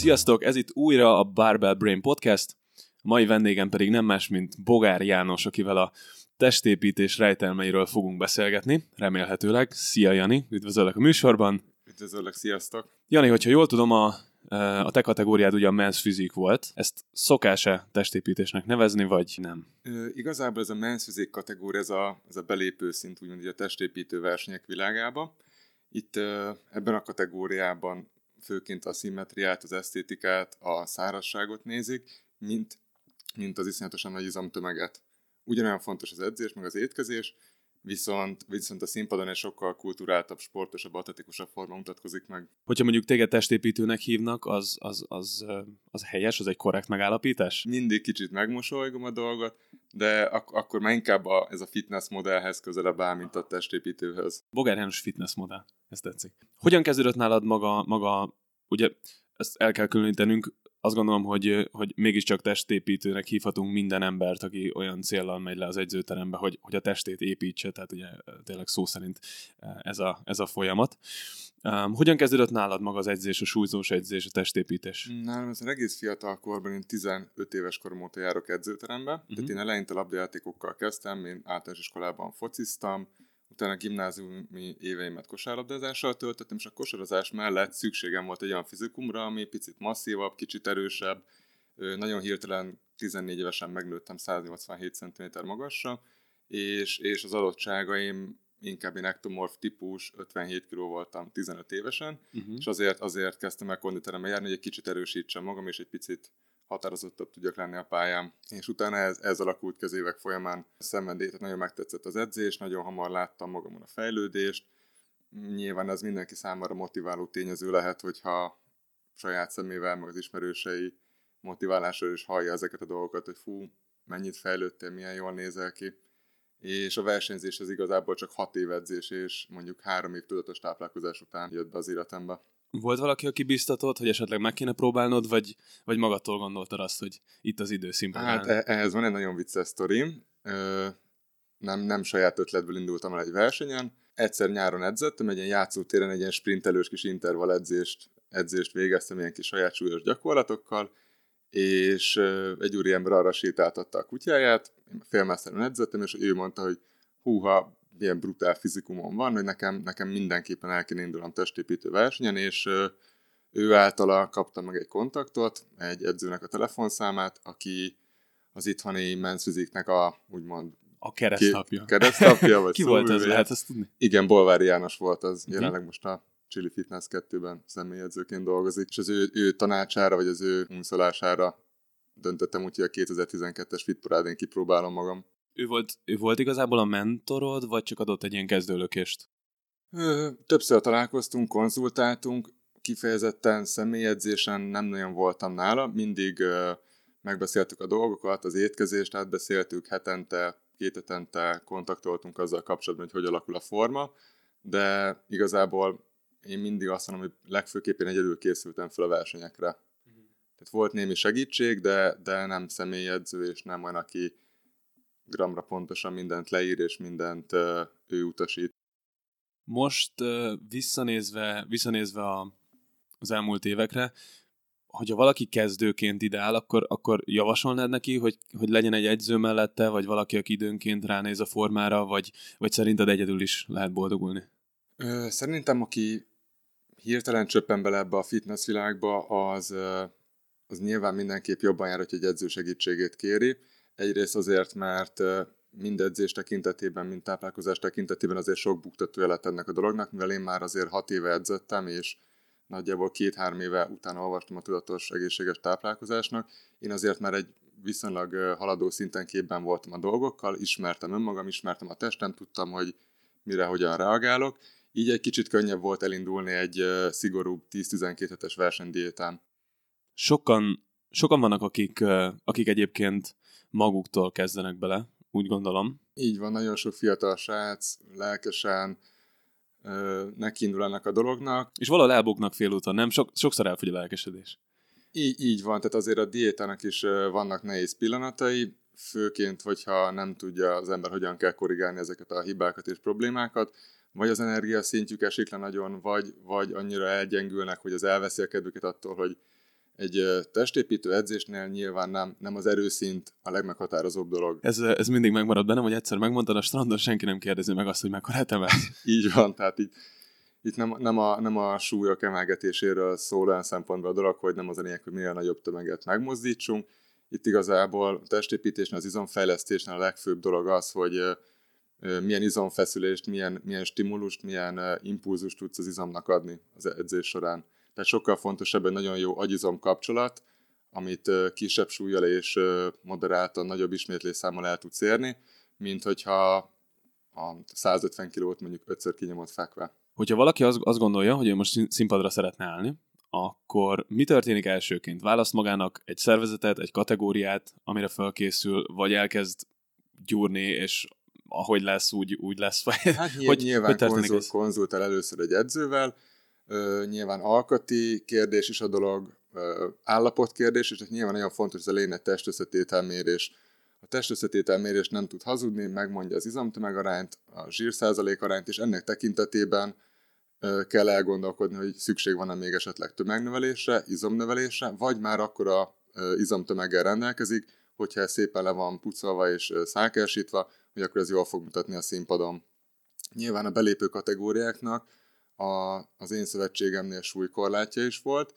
Sziasztok, ez itt újra a Barbell Brain Podcast, a mai vendégem pedig nem más, mint Bogár János, akivel a testépítés rejtelmeiről fogunk beszélgetni, remélhetőleg. Szia Jani, üdvözöllek a műsorban. Üdvözöllek, sziasztok! Jani, hogyha jól tudom, a te kategóriád ugye a men's physique volt. Ezt szokás-e testépítésnek nevezni, vagy nem? Igazából ez a men's physique kategória, ez a belépő szint, úgymond a testépítő versenyek világába. Itt ebben a kategóriában főként a szimmetriát, az esztétikát, a szárazságot nézik, mint az iszonyatosan nagy izomtömeget. Ugyanolyan fontos az edzés, meg az étkezés, viszont a színpadon egy sokkal kulturáltabb, sportosabb, atletikusabb forma mutatkozik meg. Hogyha mondjuk téged testépítőnek hívnak, az helyes, az egy korrekt megállapítás? Mindig kicsit megmosolygom a dolgot, de akkor már inkább ez a fitness modellhez közelebb áll, mint a testépítőhöz. Bogár János fitness modell, ez tetszik. Hogyan kezdődött nálad maga, ugye ezt el kell különítenünk, azt gondolom, hogy mégiscsak testépítőnek hívhatunk minden embert, aki olyan céllal megy le az edzőterembe, hogy a testét építse, tehát ugye tényleg szó szerint ez a folyamat. Hogyan kezdődött nálad maga az edzés, a súlyzós edzés, a testépítés? Nálam ez egész fiatal korban, én 15 éves korom óta járok edzőterembe, tehát én eleinte labdajátékokkal kezdtem, én általános iskolában fociztam, utána gimnáziumi éveimet kosárlabdázással töltöttem, és a kosarazás mellett szükségem volt egy olyan fizikumra, ami picit masszívabb, kicsit erősebb. Nagyon hirtelen 14 évesen megnőttem 187 cm magasra, és az adottságaim inkább én ektomorf típus, 57 kg voltam 15 évesen, és azért kezdtem el konditerembe járni, hogy egy kicsit erősítsem magam, és egy picit határozottabb tudjak lenni a pályán. És utána ez alakult ki az évek folyamán szenvedély, tehát nagyon megtetszett az edzés, nagyon hamar láttam magamon a fejlődést. Nyilván ez mindenki számára motiváló tényező lehet, hogyha saját szemével, meg az ismerősei motiválásról is hallja ezeket a dolgokat, hogy fú, mennyit fejlődtél, milyen jól nézel ki. És a versenyzés az igazából csak 6 év edzés, és mondjuk 3 év tudatos táplálkozás után jött be az életembe. Volt valaki, aki biztatott, hogy esetleg meg kéne próbálnod, vagy magadtól gondoltad azt, hogy itt az idő színpadán? Hát ehhez van egy nagyon vicces sztorim. Nem saját ötletből indultam el egy versenyen. Egyszer nyáron edzettem, egy ilyen játszótéren egy ilyen sprintelős kis intervall edzést végeztem, ilyen kis saját súlyos gyakorlatokkal, és egy úriember arra sétáltatta a kutyáját, én félmeztelen edzettem, és ő mondta, hogy húha, milyen brutál fizikumon van, hogy nekem mindenképpen el kéne indulnom testépítő versenyen, és ő általa kaptam meg egy kontaktot, egy edzőnek a telefonszámát, aki az itthoni men's physique-nek úgymond a keresztapja. Vagy ki volt ez, lehet ezt tudni? Igen, Bolvári János volt az, jelenleg most a Chili Fitness 2-ben személyedzőként dolgozik, és az ő tanácsára, vagy az ő unszolására döntöttem úgy, hogy a 2012-es Fitparádén kipróbálom magam. Ő volt igazából a mentorod, vagy csak adott egy ilyen kezdőlökést? Többször találkoztunk, konzultáltunk, kifejezetten személyedzésen nem nagyon voltam nála, mindig megbeszéltük a dolgokat, az étkezést átbeszéltük, hetente, 2 hetente kontaktoltunk azzal kapcsolatban, hogy alakul a forma, de igazából én mindig azt mondom, hogy legfőképpen egyedül készültem fel a versenyekre. Tehát volt némi segítség, de nem személyedző, és nem olyan, aki gramra pontosan mindent leír, és mindent ő utasít. Most visszanézve az elmúlt évekre, hogyha valaki kezdőként ide áll, akkor javasolnád neki, hogy legyen egy edző mellette, vagy valaki, aki időnként ránéz a formára, vagy szerinted egyedül is lehet boldogulni? Szerintem, aki hirtelen csöppen bele ebbe a fitness világba, az nyilván mindenképp jobban jár, hogy egy edző segítségét kéri. Egyrészt azért, mert mind edzés tekintetében, mind táplálkozás tekintetében azért sok buktatója lett ennek a dolognak, mivel én már azért 6 éve edzettem, és nagyjából 2-3 éve utána olvastam a tudatos egészséges táplálkozásnak. Én azért már egy viszonylag haladó szinten képben voltam a dolgokkal, ismertem önmagam, ismertem a testem, tudtam, hogy mire, hogyan reagálok. Így egy kicsit könnyebb volt elindulni egy szigorúbb 10-12 hetes versenydiétán. Sokan vannak, akik egyébként maguktól kezdenek bele, úgy gondolom. Így van, nagyon sok fiatal srác lelkesen nekiindul ennek a dolognak. És valahol elbuknak félúton, nem? Sokszor elfogy a lelkesedés. Így van, tehát azért a diétának is vannak nehéz pillanatai, főként, hogyha nem tudja az ember, hogyan kell korrigálni ezeket a hibákat és problémákat, vagy az energiaszintjük esik le nagyon, vagy annyira elgyengülnek, hogy az elveszi a kedvüket attól, hogy Egy testépítő edzésnél nyilván nem az erőszint a legmeghatározóbb dolog. Ez mindig megmarad bennem, hogy egyszer megmondtad, a strandon senki nem kérdezi meg azt, hogy mekkorát emelsz. Így van, tehát itt nem a súlyok emelgetéséről szól olyan szempontból a dolog, hogy nem az a lényeg, hogy minél nagyobb tömeget megmozdítsunk. Itt igazából a testépítésnél, az izomfejlesztésnél a legfőbb dolog az, hogy milyen izomfeszülést, milyen stimulust, milyen impulzust tudsz az izomnak adni az edzés során. Tehát sokkal fontosabb egy nagyon jó agy-izom kapcsolat, amit kisebb súllyal és moderáltan nagyobb ismétlésszámmal el tudsz érni, mint hogyha a 150 kilót mondjuk 5-ször kinyomod fekve. Hogyha valaki azt gondolja, hogy ő most színpadra szeretne állni, akkor mi történik elsőként? Választ magának egy szervezetet, egy kategóriát, amire felkészül, vagy elkezd gyúrni, és ahogy lesz, úgy lesz? Hát nyilván konzultál először egy edzővel, nyilván alkati kérdés is a dolog, állapotkérdés, és nyilván nagyon fontos, hogy ez a lényeg testösszetételmérés. A testösszetételmérés nem tud hazudni, megmondja az izomtömegarányt, a zsírszázalék arányt, és ennek tekintetében kell elgondolkodni, hogy szükség van-e még esetleg tömegnövelésre, izomnövelésre, vagy már akkora izomtömeggel rendelkezik, hogyha ez szépen le van pucolva és szálkásítva, hogy akkor ez jól fog mutatni a színpadon. Nyilván a belépő kategóriáknak az én szövetségemnél súlykorlátja is volt,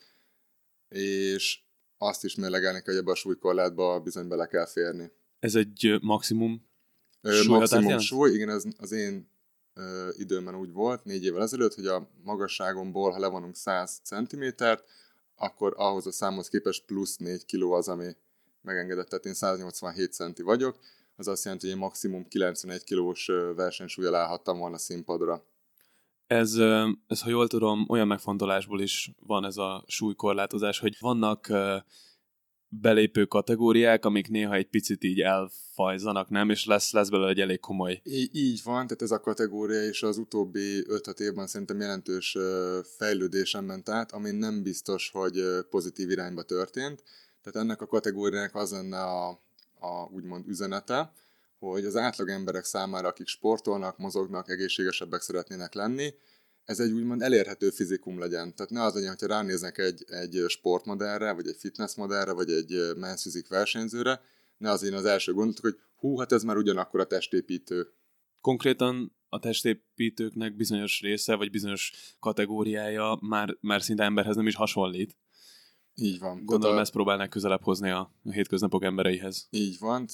és azt is mérlegelni kell, hogy ebbe a súlykorlátba bizony bele kell férni. Ez egy maximum maximum súly, igen, az én időmben úgy volt, 4 évvel ezelőtt, hogy a magasságomból, ha levonunk 100 cm-t, akkor ahhoz a számhoz képest plusz 4 kg az, ami megengedett. Tehát én 187 cm vagyok, az azt jelenti, hogy én maximum 91 kg-s versenysúllyal állhattam volna színpadra. Ez, ha jól tudom, olyan megfontolásból is van ez a súlykorlátozás, hogy vannak belépő kategóriák, amik néha egy picit így elfajzanak, nem? És lesz belőle egy elég komoly. Így van, tehát ez a kategória is az utóbbi 5-6 évben szerintem jelentős fejlődésen ment át, ami nem biztos, hogy pozitív irányba történt. Tehát ennek a kategóriának az lenne a úgymond üzenete, hogy az átlag emberek számára, akik sportolnak, mozognak, egészségesebbek szeretnének lenni, ez egy úgymond elérhető fizikum legyen. Tehát ne az legyen, hogyha ránéznek egy sportmodellre, vagy egy fitnessmodellre, vagy egy men's physique versenyzőre, ne az legyen az első gondolatok, hogy hát ez már ugyanakkor a testépítő. Konkrétan a testépítőknek bizonyos része, vagy bizonyos kategóriája már szinte emberhez nem is hasonlít. Így van. Gondolom ezt próbálnák közelebb hozni a hétköznapok embereihez. Így van,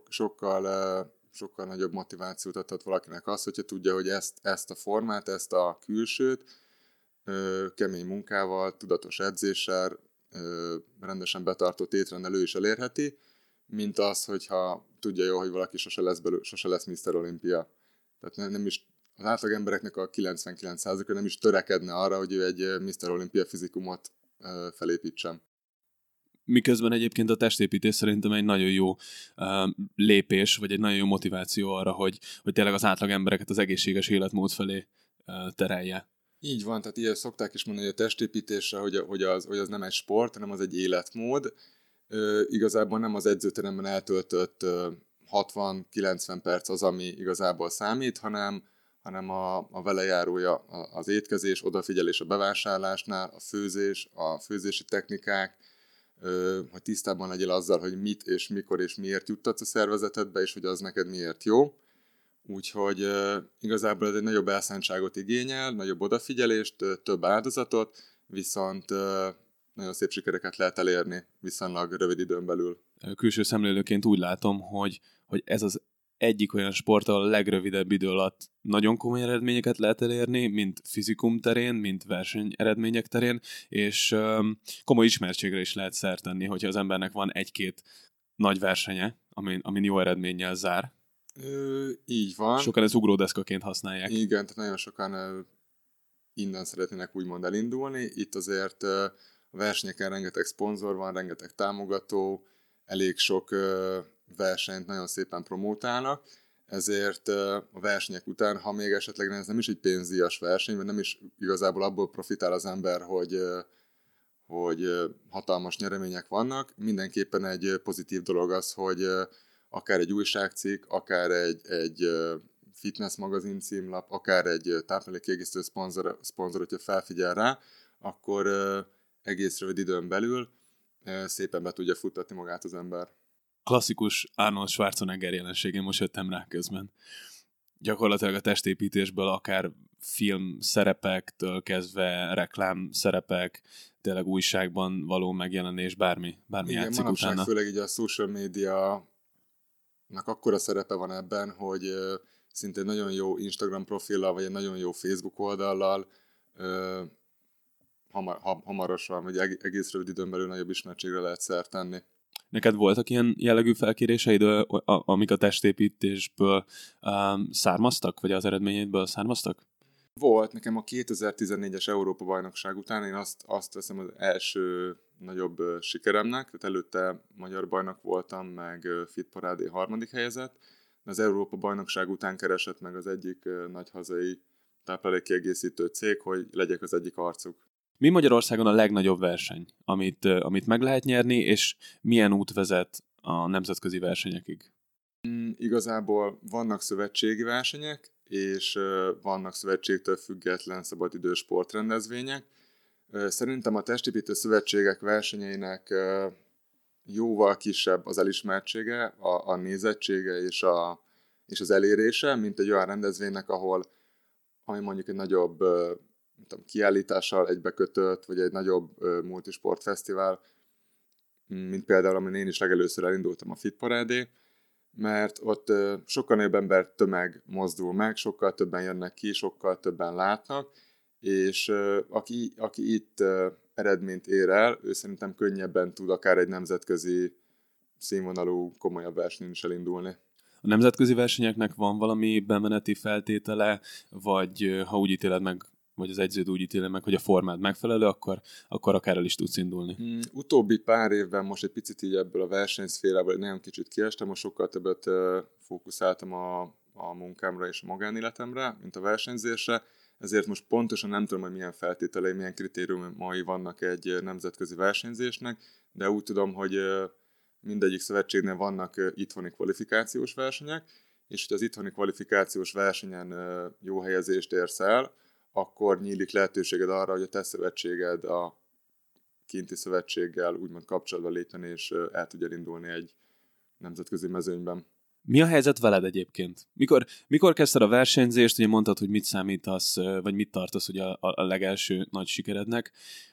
sokkal nagyobb motivációt adhat valakinek az, hogyha tudja, hogy ezt a formát, ezt a külsőt kemény munkával, tudatos edzéssel, rendesen betartott étrendelő is elérheti, mint az, hogyha tudja jó, hogy valaki sose lesz Mr. Olympia. Tehát nem is, az átlag embereknek a 99%-a nem is törekedne arra, hogy ő egy Mr. Olympia fizikumot felépítsen. Miközben egyébként a testépítés szerintem egy nagyon jó lépés, vagy egy nagyon jó motiváció arra, hogy tényleg az átlag embereket az egészséges életmód felé terelje. Így van, tehát ilyen szokták is mondani, hogy a testépítésre, hogy az nem egy sport, hanem az egy életmód. Igazából nem az edzőteremben eltöltött 60-90 perc az, ami igazából számít, hanem a velejárója az étkezés, odafigyelés a bevásárlásnál, a főzés, a főzési technikák, hogy tisztában legyél azzal, hogy mit és mikor és miért juttatsz a szervezetedbe, és hogy az neked miért jó. Úgyhogy igazából ez egy nagyobb elszántságot igényel, nagyobb odafigyelést, több áldozatot, viszont nagyon szép sikereket lehet elérni viszonylag rövid időn belül. Külső szemlélőként úgy látom, hogy ez az egyik olyan sport, ahol a legrövidebb idő alatt nagyon komoly eredményeket lehet elérni, mint fizikum terén, mint verseny eredmények terén, és komoly ismertségre is lehet szert tenni, hogyha az embernek van egy-két nagy versenye, amin jó eredménnyel zár. Így van. Sokan ezt ugródeszkaként használják. Igen, tehát nagyon sokan innen szeretnének úgymond elindulni. Itt azért a versenyeken rengeteg szponzor van, rengeteg támogató, elég sok versenyt nagyon szépen promótálnak, ezért a versenyek után, ha még esetleg ez nem is egy pénzdíjas verseny, mert nem is igazából abból profitál az ember, hogy hatalmas nyeremények vannak, mindenképpen egy pozitív dolog az, hogy akár egy újságcikk, akár egy fitness magazin címlap, akár egy táplálékkiegészítő szponzor, hogyha felfigyel rá, akkor egész rövid időn belül szépen be tudja futtatni magát az ember. Klasszikus Arnold Schwarzenegger jelenségén most jöttem rá közben. Gyakorlatilag a testépítésből akár film szerepektől kezdve reklám szerepek, tényleg újságban való megjelenés, bármi Igen, játszik manapság utána. főleg így a social media akkora szerepe van ebben, hogy szintén nagyon jó Instagram profillal, vagy egy nagyon jó Facebook oldallal hamarosan, vagy egész rövid időn belül nagyobb ismertségre lehet szert tenni. Neked voltak ilyen jellegű felkéréseid, amik a testépítésből származtak, vagy az eredményeidből származtak? Volt, nekem a 2014-es Európa-bajnokság után én azt veszem az első nagyobb sikeremnek, tehát előtte magyar bajnok voltam, meg Fitparádé harmadik helyezett, de az Európa-bajnokság után keresett meg az egyik nagy hazai táplálékkiegészítő cég, hogy legyek az egyik arcuk. Mi Magyarországon a legnagyobb verseny, amit meg lehet nyerni, és milyen út vezet a nemzetközi versenyekig? Igazából vannak szövetségi versenyek, és vannak szövetségtől független szabadidős sportrendezvények. Szerintem a testépítő szövetségek versenyeinek jóval kisebb az elismertsége, a nézettsége és az elérése, mint egy olyan rendezvénynek, ami mondjuk egy nagyobb kiállítással egybekötött, vagy egy nagyobb multisportfesztivál, mint például, amin én is legelőször elindultam, a Fitparádé, mert ott sokkal nagyobb ember tömeg mozdul meg, sokkal többen jönnek ki, sokkal többen látnak, és aki itt eredményt ér el, ő szerintem könnyebben tud akár egy nemzetközi színvonalú, komolyabb versenyen is elindulni. A nemzetközi versenyeknek van valami bemeneti feltétele, vagy ha úgy ítéled meg, vagy az edződ úgy ítéli meg, hogy a formád megfelelő, akkor akár el is tudsz indulni. Utóbbi pár évben most egy picit így ebből a versenyszférából egy nagyon kicsit kiestem, most sokkal többet fókuszáltam a munkámra és a magánéletemre, mint a versenyzésre, ezért most pontosan nem tudom, hogy milyen feltételei, milyen kritériumai vannak egy nemzetközi versenyzésnek, de úgy tudom, hogy mindegyik szövetségnél vannak itthoni kvalifikációs versenyek, és hogy az itthoni kvalifikációs versenyen jó helyezést érsz el, akkor nyílik lehetőséged arra, hogy a te szövetséged a kinti szövetséggel úgymond kapcsolatban lépjen, és el tudja indulni egy nemzetközi mezőnyben. Mi a helyzet veled egyébként? Mikor kezdted a versenyzést? Ugye mondtad, hogy mit számítasz, vagy mit tartasz ugye a legelső nagy sikerednek,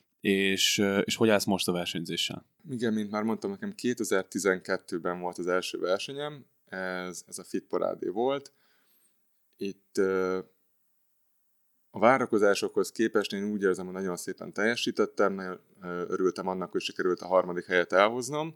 és hogy állsz most a versenyzéssel? Igen, mint már mondtam, nekem 2012-ben volt az első versenyem, ez a Fitparádé volt. Itt a várakozásokhoz képest én úgy érzem, hogy nagyon szépen teljesítettem, nagyon örültem annak, hogy sikerült a harmadik helyet elhoznom,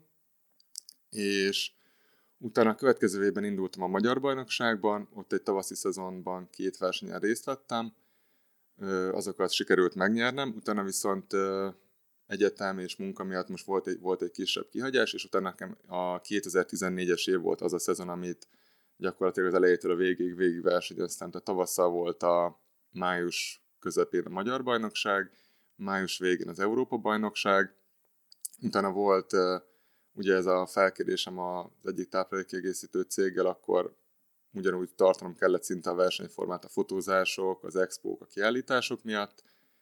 és utána a következő évben indultam a Magyar Bajnokságban, ott egy tavaszi szezonban 2 versenyen részt vettem, azokat sikerült megnyernem, utána viszont egyetem és munka miatt most volt egy kisebb kihagyás, és utána nekem a 2014-es év volt az a szezon, amit gyakorlatilag az elejétől a végig versenyeztem, tehát tavasszal volt a május közepén a Magyar Bajnokság, május végén az Európa-bajnokság, utána volt ugye ez a felkérésem az egyik táplálékkiegészítő céggel, akkor ugyanúgy tartanom kellett szinte a versenyformát a fotózások, az expók, a kiállítások miatt,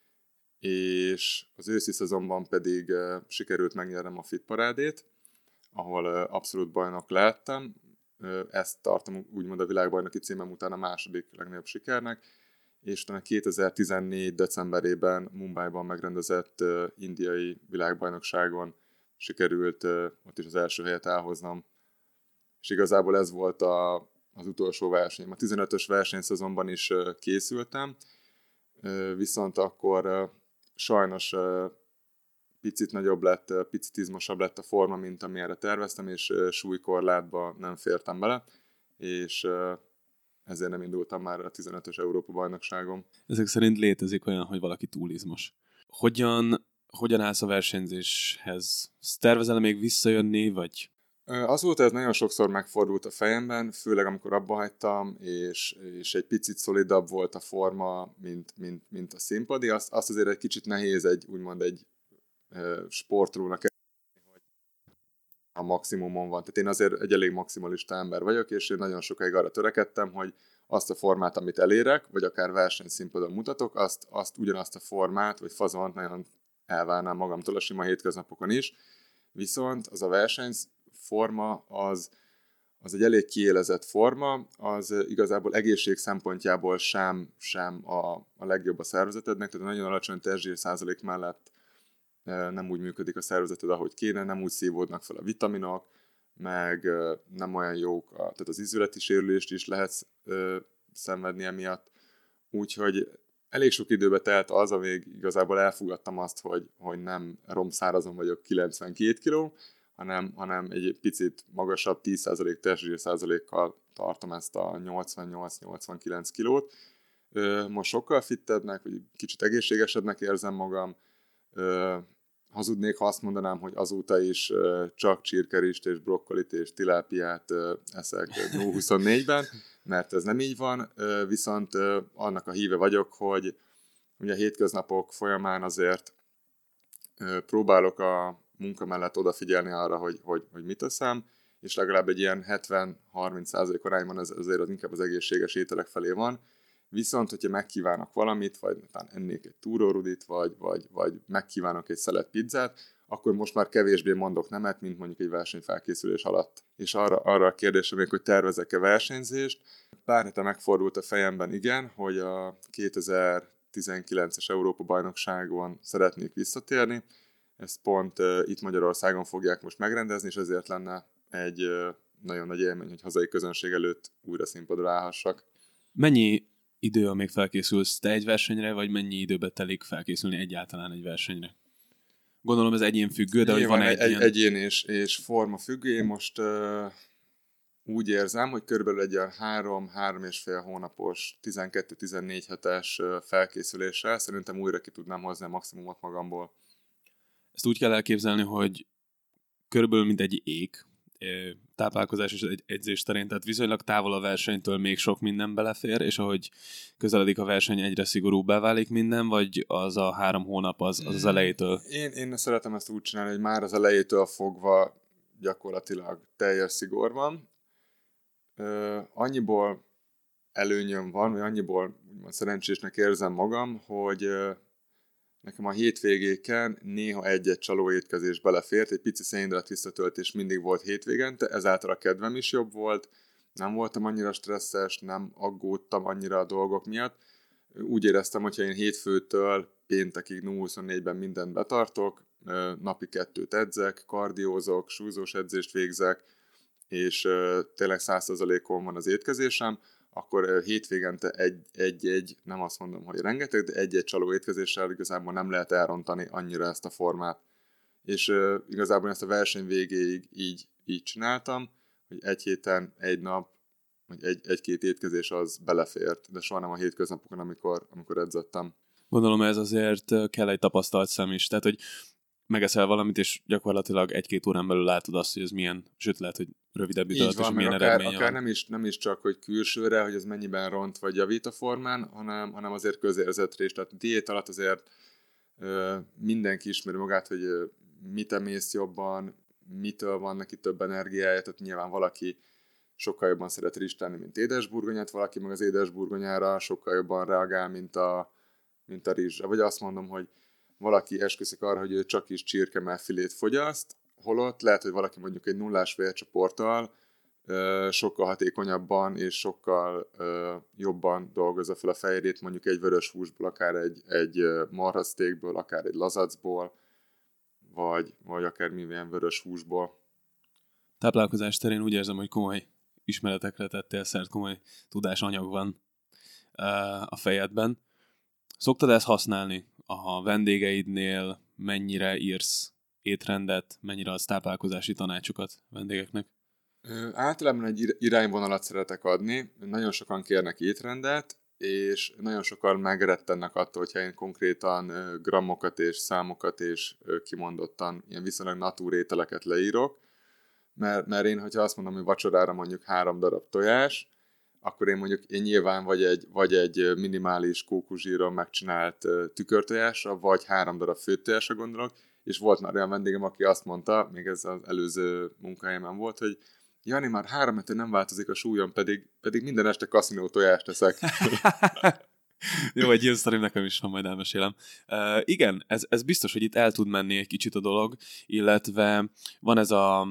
és az őszi szezonban pedig sikerült megnyernem a Fitparádét, ahol abszolút bajnok lehettem. Ezt tartom úgymond a világbajnoki címem után a második legnagyobb sikernek, és utána 2014. decemberében Mumbaiban megrendezett indiai világbajnokságon sikerült ott is az első helyet elhoznom. És igazából ez volt az utolsó versenyem. A 15-ös versenyszezonban is készültem, viszont akkor sajnos picit nagyobb lett, picit izmosabb lett a forma, mint amire terveztem, és súlykorlátba nem fértem bele, és ezért nem indultam már a 15-ös Európa-bajnokságon. Ezek szerint létezik olyan, hogy valaki túl izmos. Hogyan állsz a versenyzéshez? Tervezel még visszajönni, vagy? Azóta ez nagyon sokszor megfordult a fejemben, főleg amikor abba hagytam, és egy picit szolidabb volt a forma, mint a színpadi. Azt azért egy kicsit nehéz úgymond egy sportolónak, hogy a maximumon van. Tehát én azért egy elég maximalista ember vagyok, és én nagyon sokáig arra törekedtem, hogy azt a formát, amit elérek, vagy akár versenyszínpadon mutatok, azt ugyanazt a formát, vagy fazont nagyon elvárnám magamtól a sima hétköznapokon is, Viszont az a versenyforma az egy elég kiélezett forma, az igazából egészség szempontjából sem a legjobb a szervezetednek, tehát nagyon alacsony testzsír százalék mellett nem úgy működik a szervezeted, ahogy kéne, nem úgy szívódnak fel a vitaminok, meg nem olyan jók, tehát az ízületi sérülést is lehet szenvedni emiatt. Úgyhogy elég sok időbe telt az, amíg igazából elfogadtam azt, hogy nem romszárazon vagyok 92 kg, hanem egy picit magasabb 10% testzsír százalékkal tartom ezt a 88-89 kilót. Most sokkal fittebbnek, vagy kicsit egészségesebbnek érzem magam. Hazudnék, ha azt mondanám, hogy azóta is csak csirkerist és brokkolit és tilápiát eszek 0-24-ben, mert ez nem így van, viszont annak a híve vagyok, hogy ugye a hétköznapok folyamán azért próbálok a munka mellett odafigyelni arra, hogy mit eszem, és legalább egy ilyen 70-30% arányban azért az inkább az egészséges ételek felé van. Viszont, hogyha megkívánok valamit, vagy ennék egy túrórudit, vagy megkívánok egy szelet pizzát, akkor most már kevésbé mondok nemet, mint mondjuk egy versenyfelkészülés alatt. És arra a kérdésre még, hogy tervezek-e versenyzést. Pár hete megfordult a fejemben, igen, hogy a 2019-es Európa-bajnokságon szeretnék visszatérni. Ezt pont itt Magyarországon fogják most megrendezni, és ezért lenne egy nagyon nagy élmény, hogy hazai közönség előtt újra színpadra állhassak. Mennyi idő, amíg felkészülsz te egy versenyre, vagy mennyi időbe telik felkészülni egyáltalán egy versenyre? Gondolom ez egyén függő, de hogy van egy ilyen... Egyén és forma függő. Én most úgy érzem, hogy körülbelül egy 3-3,5 hónapos, 12-14 hetes felkészüléssel szerintem újra ki tudnám hozni a maximumot magamból. Ezt úgy kell elképzelni, hogy körülbelül mint egy ék, táplálkozás és edzés terén, tehát viszonylag távol a versenytől még sok minden belefér, és ahogy közeledik a verseny, egyre szigorúbbá válik minden, vagy az a 3 hónap az elejétől? Én szeretem ezt úgy csinálni, hogy már az elejétől fogva gyakorlatilag teljes szigor van. Annyiból előnyöm van, vagy annyiból szerencsésnek érzem magam, hogy nekem a hétvégéken néha egy-egy csaló étkezés belefért, egy pici szénhidrát visszatöltés mindig volt hétvégente, ezáltal a kedvem is jobb volt, nem voltam annyira stresszes, nem aggódtam annyira a dolgok miatt. Úgy éreztem, hogyha én hétfőtől péntekig 0-24-ben mindent betartok, napi 2 edzek, kardiózok, súlyzós edzést végzek, és tényleg 100%-on van az étkezésem, akkor hétvégente egy, nem azt mondom, hogy rengeteg, de egy csaló étkezéssel igazából nem lehet elrontani annyira ezt a formát. És igazából ezt a verseny végéig így csináltam, hogy egy héten, egy nap, vagy egy-két étkezés az belefért, de soha nem a hétköznapokon, amikor edzettem. Gondolom ez azért kell egy tapasztalt szem is, tehát hogy megeszel valamit, és gyakorlatilag 1-2 órán belül látod azt, hogy ez milyen, sőt lehet, hogy rövidebb idő alatt, és milyen eredménye akár nem is csak, hogy külsőre, hogy ez mennyiben ront vagy javít a formán, hanem azért közérzetre is. Tehát a diét alatt azért mindenki ismeri magát, hogy mit emész jobban, mitől van neki több energiája, tehát nyilván valaki sokkal jobban szeret rizst tenni, mint édesburgonyát, valaki meg az édesburgonyára sokkal jobban reagál, mint a rizsre. Vagy azt mondom, hogy valaki esküszik arra, hogy ő csak is csirkemellfilét fogyaszt, holott lehet, hogy valaki mondjuk egy nullás vércsoporttal sokkal hatékonyabban és sokkal jobban dolgozza fel a fehérjét, mondjuk egy vörös húsból, akár egy marhasztékből, akár egy lazacból, vagy akár milyen vörös húsból. Táplálkozás terén úgy érzem, hogy komoly ismeretekre tettél szert, komoly tudásanyag van a fejedben. Szoktad ezt használni a vendégeidnél? Mennyire írsz étrendet, mennyire adsz táplálkozási tanácsokat vendégeknek? Általában egy irányvonalat szeretek adni. Nagyon sokan kérnek étrendet, és nagyon sokan megrettennek attól, hogyha én konkrétan grammokat és számokat és kimondottan ilyen viszonylag natúr ételeket leírok. Mert én, hogyha azt mondom, hogy vacsorára mondjuk 3 darab tojás, akkor én nyilván vagy egy minimális kókuszsírral megcsinált tükörtojásra, vagy 3 darab főtojásra gondolok, és volt már olyan vendégem, aki azt mondta, még ez az előző munkahelyemen volt, hogy Jani, már 3 hete nem változik a súlyom, pedig minden este kaszinó tojást eszek. Jó, egy ilyen sztorim nekem is van, majd elmesélem. Igen, ez biztos, hogy itt el tud menni egy kicsit a dolog, illetve van ez a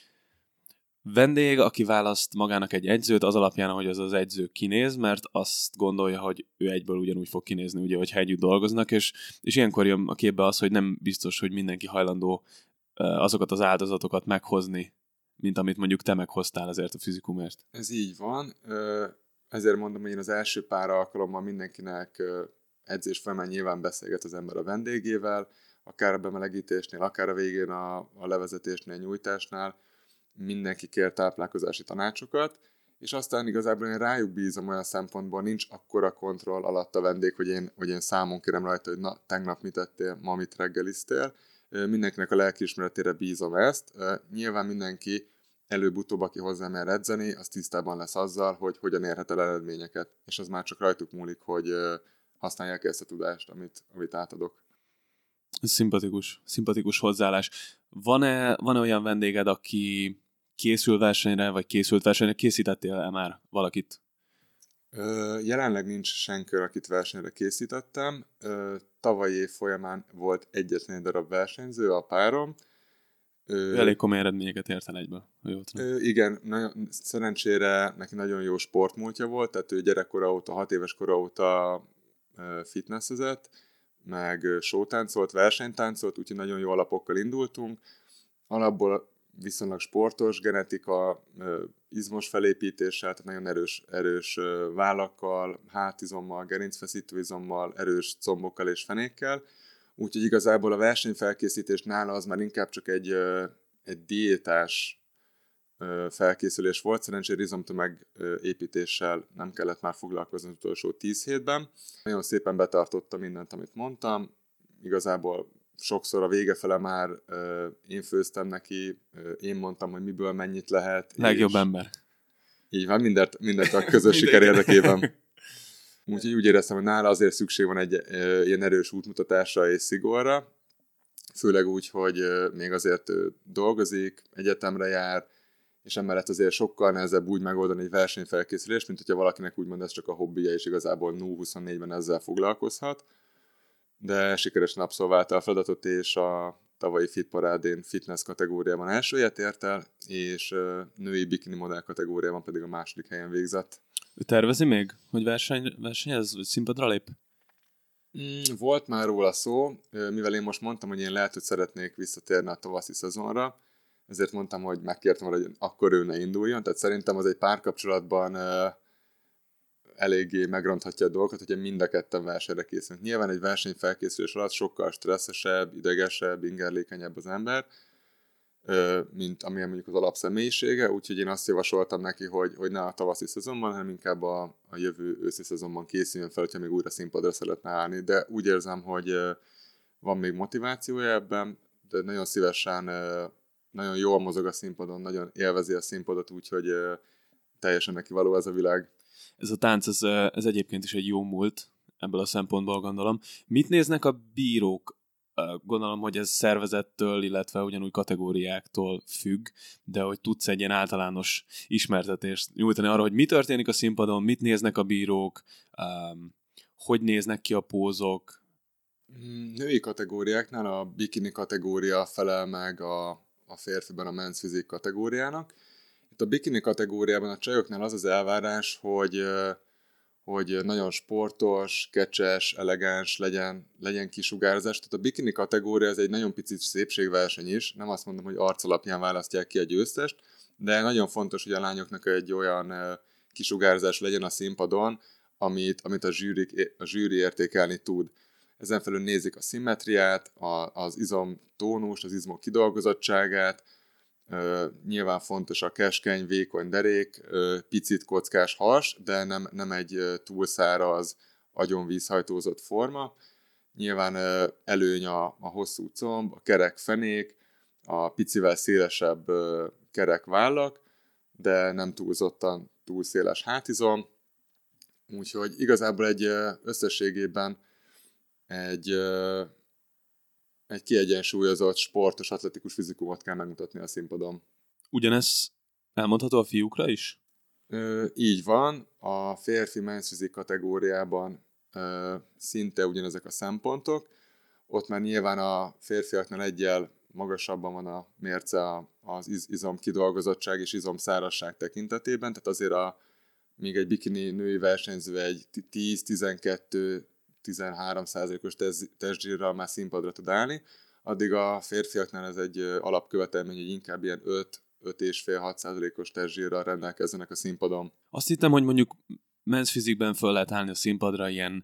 vendég, aki választ magának egy edzőt az alapján, ahogy az edző kinéz, mert azt gondolja, hogy ő egyből ugyanúgy fog kinézni, ugye, hogyha együtt dolgoznak, és ilyenkor jön a képbe az, hogy nem biztos, hogy mindenki hajlandó azokat az áldozatokat meghozni, mint amit mondjuk te meghoztál ezért a fizikumért. Ez így van. Ezért mondom, hogy én az első pár alkalommal mindenkinek edzés folyamán nyilván beszélget az ember a vendégével, akár a bemelegítésnél, akár a végén a levezetésnél, nyújtásnál, mindenki kér táplálkozási tanácsokat, és aztán igazából én rájuk bízom olyan szempontból, nincs akkora kontroll alatt a vendég, hogy én számon kérem rajta, hogy na, tegnap mit tettél, ma mit reggeliztél. Mindenkinek a lelkiismeretére bízom ezt. Nyilván mindenki előbb-utóbb, aki hozzá mer edzeni, az tisztában lesz azzal, hogy hogyan érhet el eredményeket, és az már csak rajtuk múlik, hogy használják ezt a tudást, amit átadok. Szimpatikus hozzáállás. Van-e olyan vendéged, aki készül versenyre, vagy készült versenyre? Készítettél-e már valakit? Jelenleg nincs senki, akit versenyre készítettem. Tavalyi év folyamán volt egyetlen darab versenyző, a párom. Elég komoly eredményeket ért el egyből, ha jól tudom. Igen, szerencsére neki nagyon jó sportmúltja volt, tehát ő gyerekkora óta, 6 éves kora óta fitnesszezett, meg showtáncolt, versenytáncolt, úgyhogy nagyon jó alapokkal indultunk. Alapból viszonylag sportos, genetika, izmos felépítéssel, tehát nagyon erős vállakkal, hátizommal, gerincfeszítő izommal, erős combokkal és fenékkel. Úgyhogy igazából a versenyfelkészítés nála az már inkább csak egy diétás felkészülés volt. Szerencsére izomtömeg építéssel nem kellett már foglalkozni az utolsó 10 hétben. Nagyon szépen betartotta mindent, amit mondtam. Igazából sokszor a vége fele már én főztem neki, én mondtam, hogy miből mennyit lehet. Legjobb ember. Így van, mindent a közös siker érdekében. Úgyhogy úgy éreztem, hogy nála azért szükség van egy ilyen erős útmutatásra és szigorra. Főleg úgy, hogy még azért dolgozik, egyetemre jár, és emellett azért sokkal nehezebb úgy megoldani egy versenyfelkészülést, mint hogyha valakinek úgymond ez csak a hobbija, és igazából 0-24-ben ezzel foglalkozhat. De sikeresen abszolválta a feladatot, és a tavalyi Fitparádén fitness kategóriában első helyet ért el, és női bikini modell kategóriában pedig a második helyen végzett. Ő tervezi még, hogy versenyez, vagy színpadra lép? Volt már róla szó, mivel én most mondtam, hogy én lehet, hogy szeretnék visszatérni a tavaszi szezonra, ezért mondtam, hogy megkértem arra, hogy akkor ő ne induljon, tehát szerintem az egy párkapcsolatban eléggé megronthatja a dolgokat, hogyha mind a ketten versenyre készülünk. Nyilván egy versenyfelkészülés alatt sokkal stresszesebb, idegesebb, ingerlékenyebb az ember, mint amilyen mondjuk az alapszemélyisége, úgyhogy én azt javasoltam neki, hogy ne a tavaszi szezonban, hanem inkább a jövő őszi szezonban készüljön fel, hogyha még újra színpadra szeretne állni. De úgy érzem, hogy van még motivációja ebben, de nagyon szívesen, nagyon jól mozog a színpadon, nagyon élvezi a színpadot, úgyhogy teljesen neki való ez a világ. Ez a tánc, ez egyébként is egy jó múlt, ebből a szempontból gondolom. Mit néznek a bírók? Gondolom, hogy ez szervezettől, illetve ugyanúgy kategóriáktól függ, de hogy tudsz egy ilyen általános ismertetést nyújtani arra, hogy mi történik a színpadon, mit néznek a bírók, hogy néznek ki a pózok? Női kategóriáknál a bikini kategória felel meg a férfiban a men's physique kategóriának. Itt a bikini kategóriában a csajoknál az elvárás, hogy nagyon sportos, kecses, elegáns legyen kisugárzás. Tehát a bikini kategória ez egy nagyon picit szépségverseny is. Nem azt mondom, hogy arc alapján választják ki a győztest, de nagyon fontos, hogy a lányoknak egy olyan kisugárzás legyen a színpadon, amit a zsűri értékelni tud. Ezen felül nézik a szimmetriát, az izom tónust, az izmok kidolgozottságát, nyilván fontos a keskeny, vékony derék, picit kockás has, de nem egy túlszáraz, agyon vízhajtózott forma. Nyilván előny a hosszú comb, a kerek fenék, a picivel szélesebb kerek vállak, de nem túlzottan túl széles hátizom. Úgyhogy igazából egy összességében egy kiegyensúlyozott, sportos, atletikus fizikumot kell megmutatni a színpadon. Ugyanez elmondható a fiúkra is? Így van. A férfi men's physique kategóriában szinte ugyanezek a szempontok. Ott már nyilván a férfiaknál egyel magasabban van a mérce az izomkidolgozottság és izomszárazság tekintetében, tehát azért még egy bikini női versenyző egy 10-12-13%-os testzsírral már színpadra tud állni, addig a férfiaknál ez egy alapkövetelmény, hogy inkább ilyen 5,5-6%-os testzsírral rendelkezzenek a színpadon. Azt hittem, hogy mondjuk men's physicben föl lehet állni a színpadra ilyen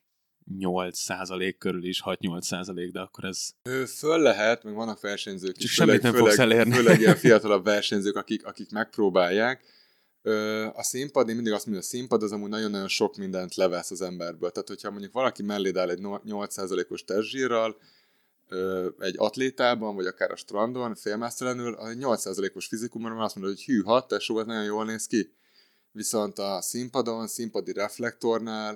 8% körül is, 6-8%, de akkor ez... Föl lehet, meg vannak versenyzők is. Semmit nem fogsz elérni. Főleg ilyen fiatalabb versenyzők, akik megpróbálják. A színpad, én mindig azt mondom, a színpad az amúgy nagyon-nagyon sok mindent levesz az emberből. Tehát, hogyha mondjuk valaki melléd áll egy 8%-os testzsírral, egy atlétában, vagy akár a strandon, félmásztelenül, a 8%-os fizikumon azt mondod, hogy hűha, tesó, ez nagyon jól néz ki. Viszont a színpadon, színpadi reflektornál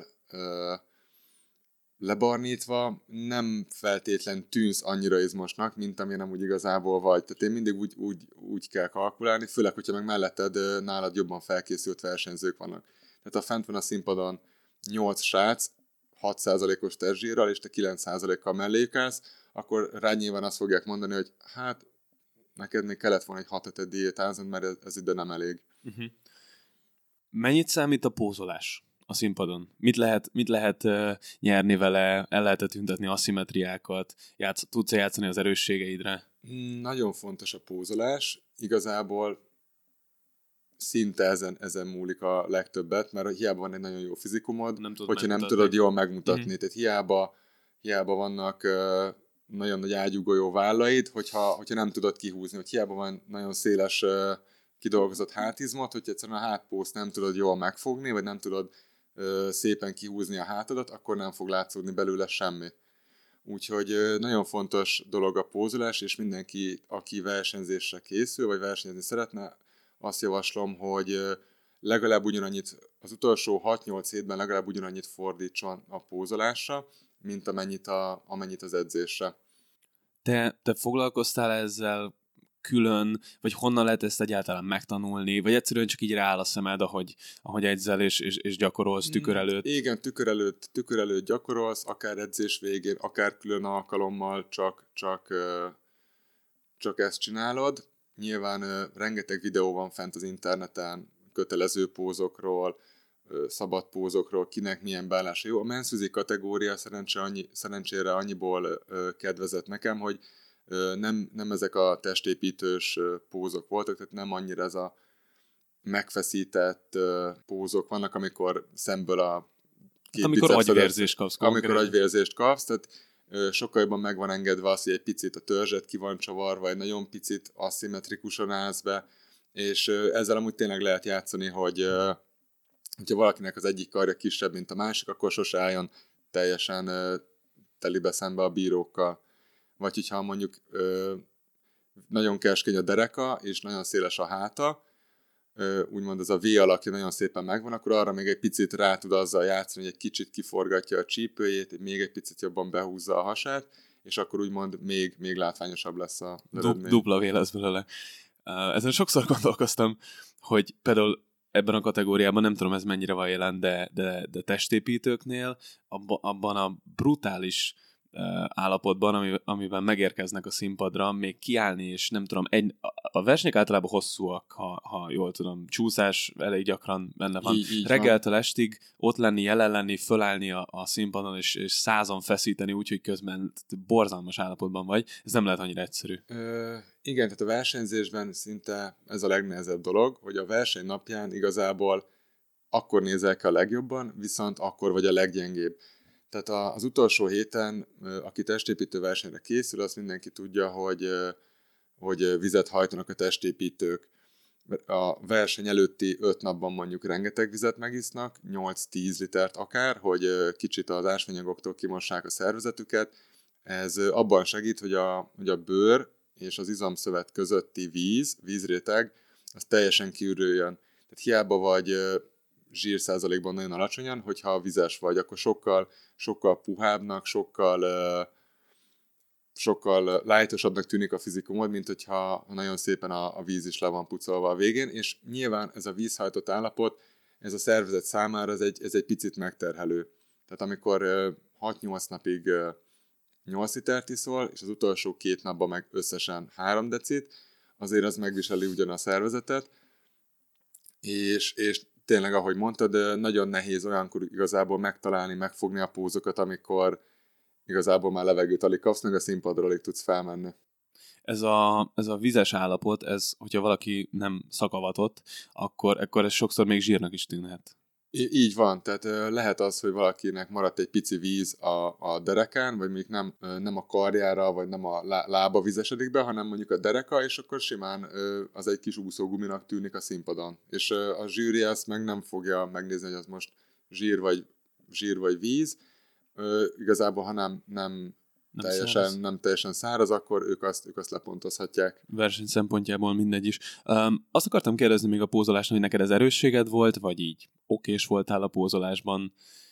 lebarnítva nem feltétlen tűnsz annyira izmosnak, mint amilyen amúgy igazából vagy. Tehát én mindig úgy kell kalkulálni, főleg, hogyha meg melletted nálad jobban felkészült versenyzők vannak. Tehát ha fent van a színpadon 8 srác, 6%-os testzsírral, és te 9%-kal melléjük állsz, akkor rád nyilván azt fogják mondani, hogy hát neked még kellett volna egy 6 hetet diétáznod, mert ez ide nem elég. Uh-huh. Mennyit számít a pózolás a színpadon? Mit lehet nyerni vele? El lehet tüntetni aszimmetriákat? Tudsz játszani az erősségeidre? Nagyon fontos a pózolás. Igazából szinte ezen múlik a legtöbbet, mert hiába van egy nagyon jó fizikumod, hogyha nem tudod jól megmutatni. Mm-hmm. Tehát hiába vannak nagyon nagy ágyúgolyó vállaid, hogyha nem tudod kihúzni, hogy hiába van nagyon széles kidolgozott hátizmot, hogyha egyszerűen a hátpószt nem tudod jól megfogni, vagy nem tudod szépen kihúzni a hátadat, akkor nem fog látszódni belőle semmi. Úgyhogy nagyon fontos dolog a pózolás, és mindenki, aki versenyzésre készül, vagy versenyezni szeretne, azt javaslom, hogy legalább ugyanannyit, az utolsó 6-8 hétben legalább ugyanannyit fordítson a pózolásra, mint amennyit az edzésre. Te foglalkoztál ezzel külön, vagy honnan lehet ezt egyáltalán megtanulni, vagy egyszerűen csak így rááll a szemed, ahogy edzel és gyakorolsz tükör előtt? Igen, tükör előtt gyakorolsz, akár edzés végén, akár külön alkalommal, csak ezt csinálod. Nyilván rengeteg videó van fent az interneten, kötelező pózokról, szabad pózokról, kinek milyen beállása jó. A men's physique kategória szerencsére annyiból kedvezett nekem, hogy nem ezek a testépítős pózok voltak, tehát nem annyira ez a megfeszített pózok vannak, amikor szemből a két amikor agyvérzést kapsz. Amikor agyvérzést kapsz, tehát sokkal jobban meg van engedve az, hogy egy picit a törzset ki van csavarva, egy nagyon picit aszimmetrikusan állsz be, és ezzel amúgy tényleg lehet játszani, hogyha valakinek az egyik karja kisebb, mint a másik, akkor sose álljon teljesen telibe szembe a bírókkal. Vagy hogyha mondjuk nagyon keskeny a dereka, és nagyon széles a háta, úgymond ez a V alakja nagyon szépen megvan, akkor arra még egy picit rá tud azzal játszani, hogy egy kicsit kiforgatja a csípőjét, még egy picit jobban behúzza a hasát, és akkor úgymond még látványosabb lesz a eredmény. Dupla V lesz belőle. Ezen sokszor gondolkoztam, hogy például ebben a kategóriában, nem tudom ez mennyire van jelen, de testépítőknél abban a brutális állapotban, amiben megérkeznek a színpadra, még kiállni, és nem tudom, a versenyek általában hosszúak, ha jól tudom, csúszás elég gyakran benne van. Reggeltől estig ott lenni, jelen lenni, fölállni a színpadon, és 100-an feszíteni, úgyhogy közben borzalmas állapotban vagy. Ez nem lehet annyira egyszerű. Igen, tehát a versenyzésben szinte ez a legnehezebb dolog, hogy a verseny napján igazából akkor nézel ki a legjobban, viszont akkor vagy a leggyengébb. Tehát az utolsó héten, aki testépítő versenyre készül, azt mindenki tudja, hogy vizet hajtanak a testépítők. A verseny előtti 5 napban mondjuk rengeteg vizet megisznak, 8-10 litert akár, hogy kicsit az ásványanyagoktól kimossák a szervezetüket. Ez abban segít, hogy a bőr és az izomszövet közötti vízréteg, az teljesen kiürüljön. Tehát hiába vagy zsírszázalékban nagyon alacsonyan, hogyha vizes vagy, akkor sokkal puhábbnak, sokkal lightosabbnak tűnik a fizikumod, mint hogyha nagyon szépen a víz is le van pucolva a végén, és nyilván ez a vízhajtott állapot, ez a szervezet számára ez egy picit megterhelő. Tehát amikor 6-8 napig 8 litert iszol, és az utolsó 2 napban meg összesen 3 decit, azért az megviseli ugyan a szervezetet, és tényleg, ahogy mondtad, nagyon nehéz olyankor igazából megtalálni, megfogni a pózokat, amikor igazából már levegőt alig kapsz, meg a színpadról alig tudsz felmenni. Ez a vizes állapot, hogyha valaki nem szakavatott, akkor ez sokszor még zsírnak is tűnhet. Így van, tehát lehet az, hogy valakinek maradt egy pici víz a derekán, vagy még nem a karjára, vagy nem a lába vizesedik be, hanem mondjuk a dereka, és akkor simán az egy kis úszóguminak tűnik a színpadon. És a zsűri ezt meg nem fogja megnézni, hogy az most zsír vagy víz. Igazából, ha nem teljesen száraz, akkor ők azt lepontozhatják. Verseny szempontjából mindegy is. Azt akartam kérdezni még a pózolásnál, hogy neked ez erősséged volt, vagy így okés voltál a pózolásban?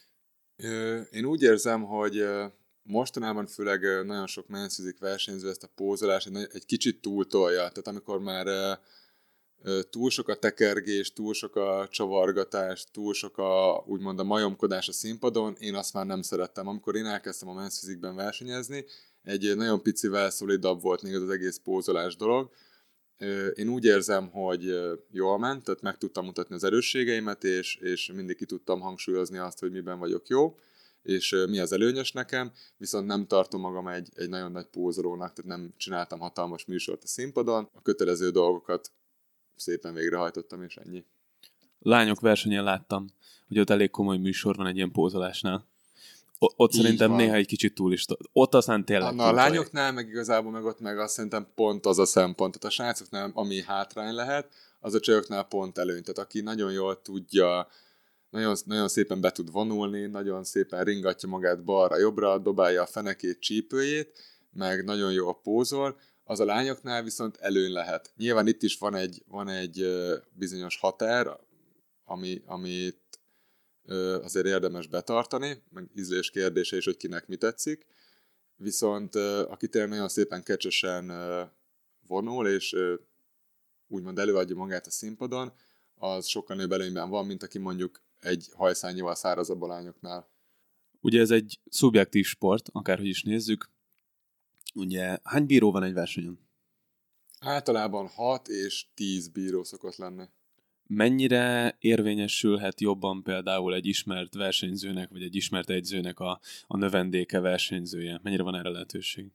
Én úgy érzem, hogy mostanában főleg nagyon sok men's physique versenyző ezt a pózolást egy kicsit túltolja. Tehát amikor már túl sok a tekergés, túl sok a csavargatás, túl sok úgymond a majomkodás a színpadon, én azt már nem szerettem. Amikor én elkezdtem a men's physique-ben versenyezni, egy nagyon picivel szolidabb volt még az egész pózolás dolog. Én úgy érzem, hogy jól ment, tehát meg tudtam mutatni az erősségeimet, és mindig ki tudtam hangsúlyozni azt, hogy miben vagyok jó, és mi az előnyös nekem, viszont nem tartom magam egy nagyon nagy pózolónak, tehát nem csináltam hatalmas műsort a színpadon, a kötelező dolgokat szépen végrehajtottam, és ennyi. Lányok versenyen láttam, hogy ott elég komoly műsor van egy ilyen pózolásnál. Ott így szerintem van. Néha egy kicsit túl is. Ott aztán tényleg a lányoknál meg igazából meg azt szerintem pont az a szempont. Tehát a srácoknál, ami hátrány lehet, az a csajoknál pont előny. Tehát aki nagyon jól tudja, nagyon, nagyon szépen be tud vonulni, nagyon szépen ringatja magát balra-jobbra, dobálja a fenekét, csípőjét, meg nagyon jól pózol, az a lányoknál viszont előny lehet. Nyilván itt is van egy bizonyos határ, amit azért érdemes betartani, meg ízlés kérdése is, hogy kinek mi tetszik. Viszont aki tényleg nagyon szépen kecsesen vonul, és úgymond előadja magát a színpadon, az sokkal nagyobb előnyben van, mint aki mondjuk egy hajszányival szárazabb a lányoknál. Ugye ez egy szubjektív sport, akárhogy is nézzük. Ugye hány bíró van egy versenyen? Általában 6 és 10 bíró szokott lenni. Mennyire érvényesülhet jobban például egy ismert versenyzőnek, vagy egy ismert edzőnek a növendéke versenyzője? Mennyire van erre lehetőség?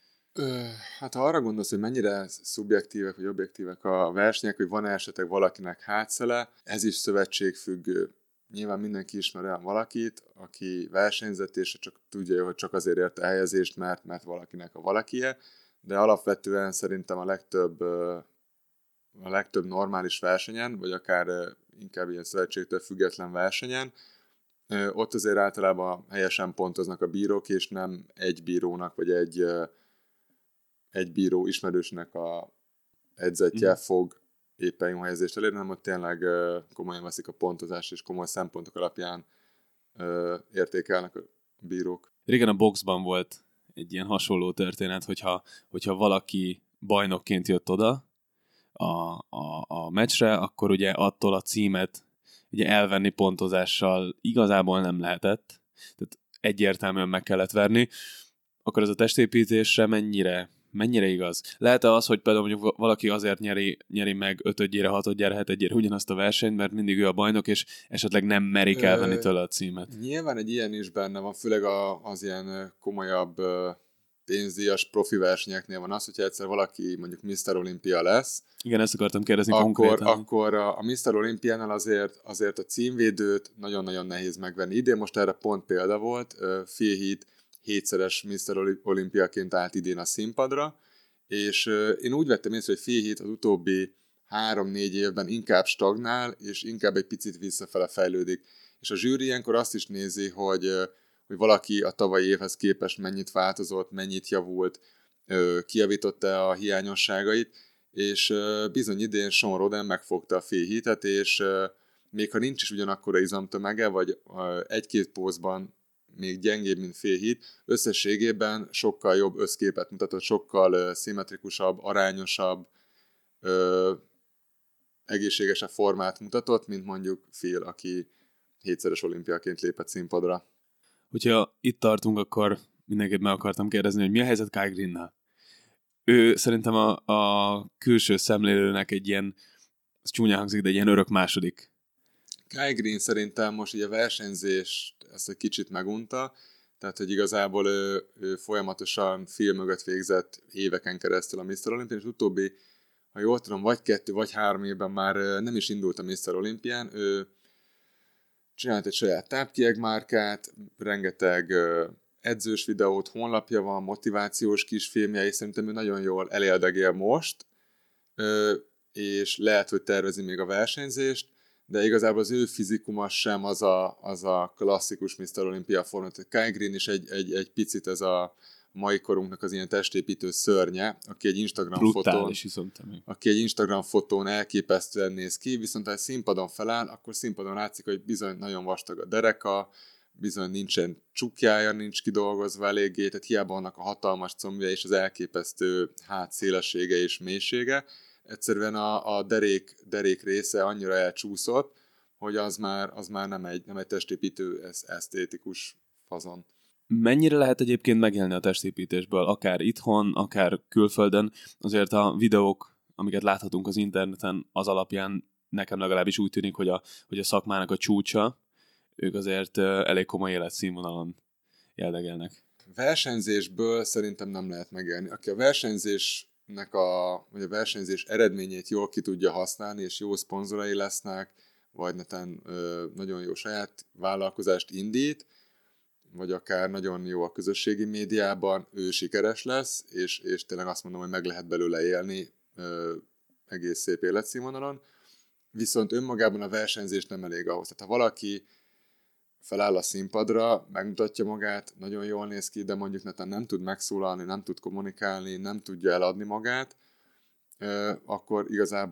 Hát ha arra gondolsz, hogy mennyire szubjektívek vagy objektívek a versenyek, hogy van esetleg valakinek hátszele, ez is szövetségfüggő. Nyilván mindenki ismer olyan valakit, aki versenyzett, és csak tudja, hogy csak azért érte helyezést, mert valakinek a valakie, de alapvetően szerintem a legtöbb normális versenyen, vagy akár inkább ilyen szövetségtől független versenyen, ott azért általában helyesen pontoznak a bírók, és nem egy bírónak, vagy egy bíró ismerősnek a edzetje fog éppen jó helyezést elérni, hanem ott tényleg komolyan veszik a pontozást, és komoly szempontok alapján értékelnek a bírók. Régen a boxban volt egy ilyen hasonló történet, hogyha valaki bajnokként jött oda a meccsre, akkor ugye attól a címet ugye elvenni pontozással igazából nem lehetett, tehát egyértelműen meg kellett verni. Akkor ez a testépítésre mennyire igaz? Lehet-e az, hogy például mondjuk valaki azért nyeri meg 5-ödjére, 6-ödjére, 7-ödjére ugyanazt a versenyt, mert mindig ő a bajnok, és esetleg nem merik elvenni tőle a címet? Nyilván egy ilyen is benne van, főleg az ilyen komolyabb pénzdíjas profi versenyeknél van az, hogyha egyszer valaki mondjuk Mr. Olympia lesz. Igen, ezt akartam kérdezni konkrétan. Akkor a Mr. Olympiánál azért a címvédőt nagyon-nagyon nehéz megvenni. Idén most erre pont példa volt, Phil Heath 7-szeres Mr. Olympiaként állt idén a színpadra, és én úgy vettem észre, hogy Phil Heath az utóbbi 3-4 évben inkább stagnál, és inkább egy picit visszafele fejlődik. És a zsűri ilyenkor azt is nézi, hogy valaki a tavalyi évhez képest mennyit változott, mennyit javult, kijavította a hiányosságait, és bizony idén Sean Roden megfogta a Phil Heathet, és még ha nincs is ugyanakkora izomtömege, vagy egy-két pózban még gyengébb, mint Phil Heath, összességében sokkal jobb összképet mutatott, sokkal szimmetrikusabb, arányosabb, egészségesebb formát mutatott, mint mondjuk Phil, aki 7-szeres olimpiaként lépett színpadra. Hogyha itt tartunk, akkor mindenképp meg akartam kérdezni, hogy mi a helyzet Kai Greennel? Ő szerintem a külső szemlélőnek egy ilyen, ez csúnyán hangzik, de egy ilyen örök második. Kai Green szerintem most így a versenyzést ezt egy kicsit megunta, tehát hogy igazából ő folyamatosan film mögött végzett éveken keresztül a Mr. Olympia, és utóbbi, ha jól tudom, vagy 2 vagy 3 évben már nem is indult a Mr. Olympián, ő csinált egy saját tápkiegmárkát, rengeteg edzős videót, honlapja van, motivációs kisfilmje, és szerintem ő nagyon jól eléldegél most, és lehet, hogy tervezi még a versenyzést, de igazából az ő fizikuma sem az a klasszikus Mr. Olympia forma. Tehát Kai Greene is egy picit ez a mai korunknak az ilyen testépítő szörnye, aki egy Instagram fotón elképesztően néz ki, viszont ha egy színpadon feláll, akkor színpadon látszik, hogy bizony nagyon vastag a dereka, bizony nincsen csukjája, nincs kidolgozva eléggé, tehát hiába vannak a hatalmas combja és az elképesztő szélessége és mélysége. Egyszerűen a derék része annyira elcsúszott, hogy az már nem egy testépítő, esztétikus fazon. Mennyire lehet egyébként megélni a testépítésből, akár itthon, akár külföldön? Azért a videók, amiket láthatunk az interneten, az alapján nekem legalábbis úgy tűnik, hogy a szakmának a csúcsa, ők azért elég komoly életszínvonalon jellegelnek. Versenyzésből szerintem nem lehet megélni. Aki a versenyzésnek vagy a versenyzés eredményét jól ki tudja használni, és jó szponzorai lesznek, vagy netán nagyon jó saját vállalkozást indít, vagy akár nagyon jó a közösségi médiában, ő sikeres lesz, és tényleg azt mondom, hogy meg lehet belőle élni egész szép életszínvonalon. Viszont önmagában a versenyzés nem elég ahhoz. Tehát ha valaki feláll a színpadra, megmutatja magát, nagyon jól néz ki, de mondjuk netán nem tud megszólalni, nem tud kommunikálni, nem tudja eladni magát, akkor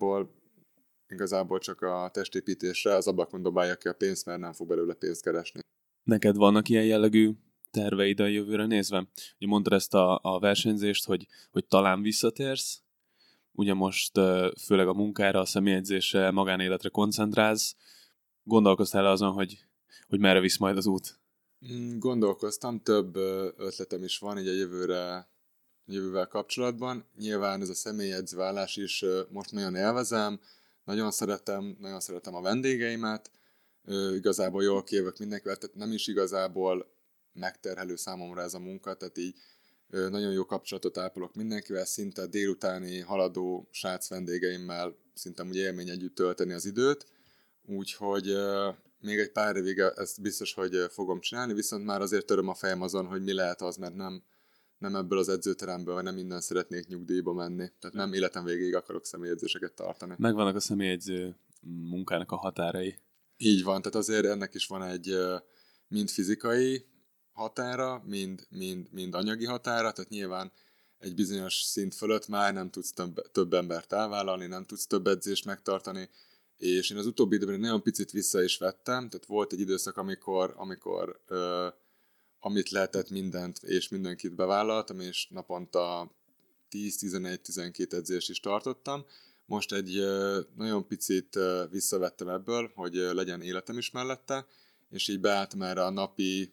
igazából csak a testépítésre az ablakon dobálja ki a pénzt, mert nem fog belőle pénzt keresni. Neked vannak ilyen jellegű terveid a jövőre nézve? Ugye mondtad ezt a versenyzést, hogy talán visszatérsz, ugye most főleg a munkára, a személyedzésre, magánéletre koncentrálsz. Gondolkoztál azon, hogy merre visz majd az út? Gondolkoztam, több ötletem is van így a jövővel kapcsolatban. Nyilván ez a személyedzővállás is most nagyon élvezem, nagyon szeretem a vendégeimet, igazából jól kijövök mindenkivel, tehát nem is igazából megterhelő számomra ez a munka, tehát így nagyon jó kapcsolatot ápolok mindenkivel, szinte délutáni haladó srác vendégeimmel szinte úgy élmény együtt tölteni az időt, úgyhogy még egy pár évig ezt biztos, hogy fogom csinálni, viszont már azért töröm a fejem azon, hogy mi lehet az, mert nem ebből az edzőteremből, vagy nem innen szeretnék nyugdíjba menni. Tehát nem életem végéig akarok személyedzéseket tartani. Megvannak a személyedző munkának a határai. Így van, tehát azért ennek is van egy mind fizikai határa, mind anyagi határa, tehát nyilván egy bizonyos szint fölött már nem tudsz több embert elvállalni, nem tudsz több edzést megtartani, és én az utóbbi időben nagyon picit vissza is vettem, tehát volt egy időszak, amikor amit lehetett mindent és mindenkit bevállaltam, és naponta 10-11-12 edzést is tartottam. Most egy nagyon picit visszavettem ebből, hogy legyen életem is mellette, és így beálltam erre a napi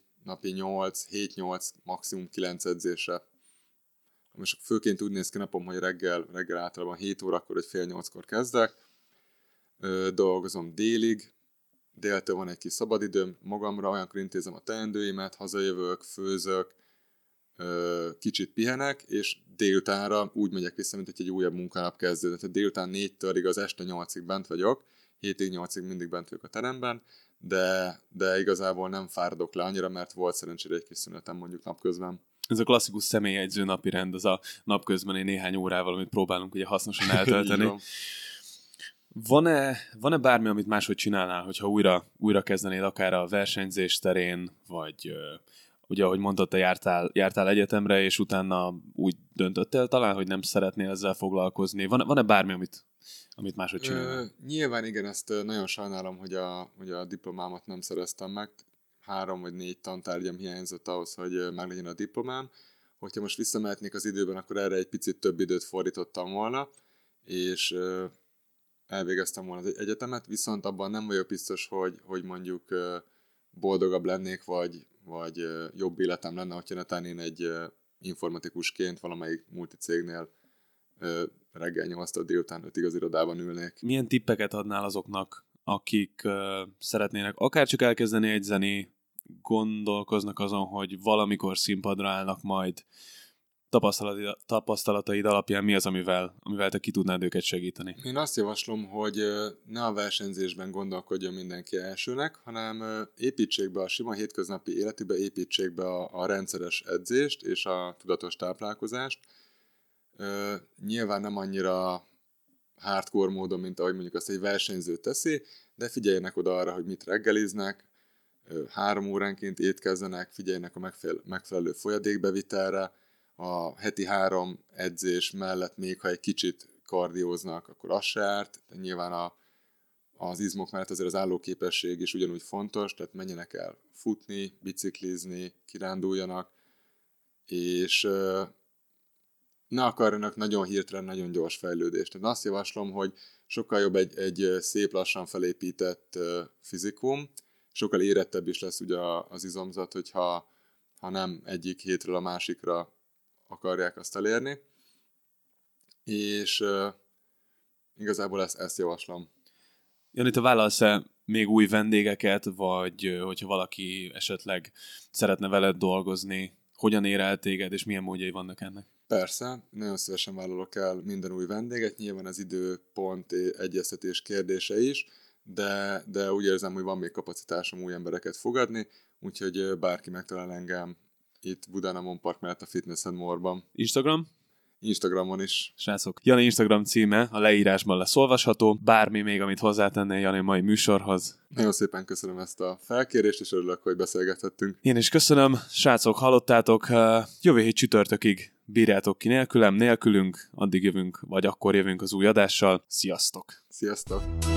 7-8, maximum 9 edzésre. Most főként úgy néz ki napom, hogy reggel általában 7 órakor, vagy fél 8-kor kezdek, dolgozom délig, déltől van egy kis szabadidőm magamra, olyankor intézem a teendőimet, hazajövök, főzök, kicsit pihenek, és délutánra úgy megyek vissza, mint hogy egy újabb munkanap kezdődött. Tehát délután 4-től az este 8-ig bent vagyok, 7-8-ig mindig bent vagyok a teremben, de igazából nem fáradok le annyira, mert volt szerencsére egy kis szünetem mondjuk napközben. Ez a klasszikus személyegyző napirend, az a napközbeni néhány órával, amit próbálunk ugye hasznosan eltölteni. Van-e bármi, amit máshogy csinálnál, hogyha újra kezdenéd akár a versenyzés terén, vagy ugye, ahogy mondtad, te jártál egyetemre, és utána úgy döntöttél talán, hogy nem szeretnél ezzel foglalkozni. Van-e bármi, amit máshogy csinálnál? Nyilván igen, ezt nagyon sajnálom, hogy a diplomámat nem szereztem meg. 3 vagy 4 tantárgyam hiányzott ahhoz, hogy meglegyen a diplomám. Hogyha most visszamehetnék az időben, akkor erre egy picit több időt fordítottam volna, és elvégeztem volna az egyetemet, viszont abban nem vagyok biztos, hogy mondjuk boldogabb lennék, vagy jobb életem lenne, hogyha netán én egy informatikusként valamelyik multicégnél reggel 8-tól délután 5-ig az irodában ülnék. Milyen tippeket adnál azoknak, akik szeretnének akárcsak elkezdeni egyzeni, gondolkoznak azon, hogy valamikor színpadra állnak majd, tapasztalataid alapján mi az, amivel te ki tudnád őket segíteni? Én azt javaslom, hogy ne a versenyzésben gondolkodjon mindenki elsőnek, hanem építsék be a sima hétköznapi életükbe, építsék be a rendszeres edzést és a tudatos táplálkozást. Nyilván nem annyira hardcore módon, mint ahogy mondjuk azt egy versenyző teszi, de figyeljenek oda arra, hogy mit reggeliznek, 3 óránként étkezzenek, figyeljenek a megfelelő folyadékbevitelre, a heti 3 edzés mellett még ha egy kicsit kardióznak, akkor az se árt. De nyilván az izmok mellett azért az állóképesség is ugyanúgy fontos, tehát menjenek el futni, biciklizni, kiránduljanak, és ne akarjanak nagyon hirtelen, nagyon gyors fejlődést. Tehát azt javaslom, hogy sokkal jobb egy szép lassan felépített fizikum, sokkal érettebb is lesz ugye az izomzat, hogyha nem egyik hétről a másikra akarják azt elérni. És igazából ezt javaslom. Jani, te vállalsz-e még új vendégeket, vagy hogyha valaki esetleg szeretne veled dolgozni, hogyan ér el téged, és milyen módjai vannak ennek? Persze, nagyon szívesen vállalok el minden új vendéget, nyilván az időpont egyeztetés kérdése is, de úgy érzem, hogy van még kapacitásom új embereket fogadni, úgyhogy bárki megtalál engem itt Budán a Mon Park mellett a Fitness and More-ban. Instagramon is. Srácok, Jani Instagram címe a leírásban lesz olvasható. Bármi még, amit hozzátennél Jani mai műsorhoz. Nagyon szépen köszönöm ezt a felkérést, és örülök, hogy beszélgethettünk. Én is köszönöm. Srácok, hallottátok, jövő hét csütörtökig bírjátok ki nélkülünk, addig jövünk, vagy akkor jövünk az új adással. Sziasztok! Sziasztok!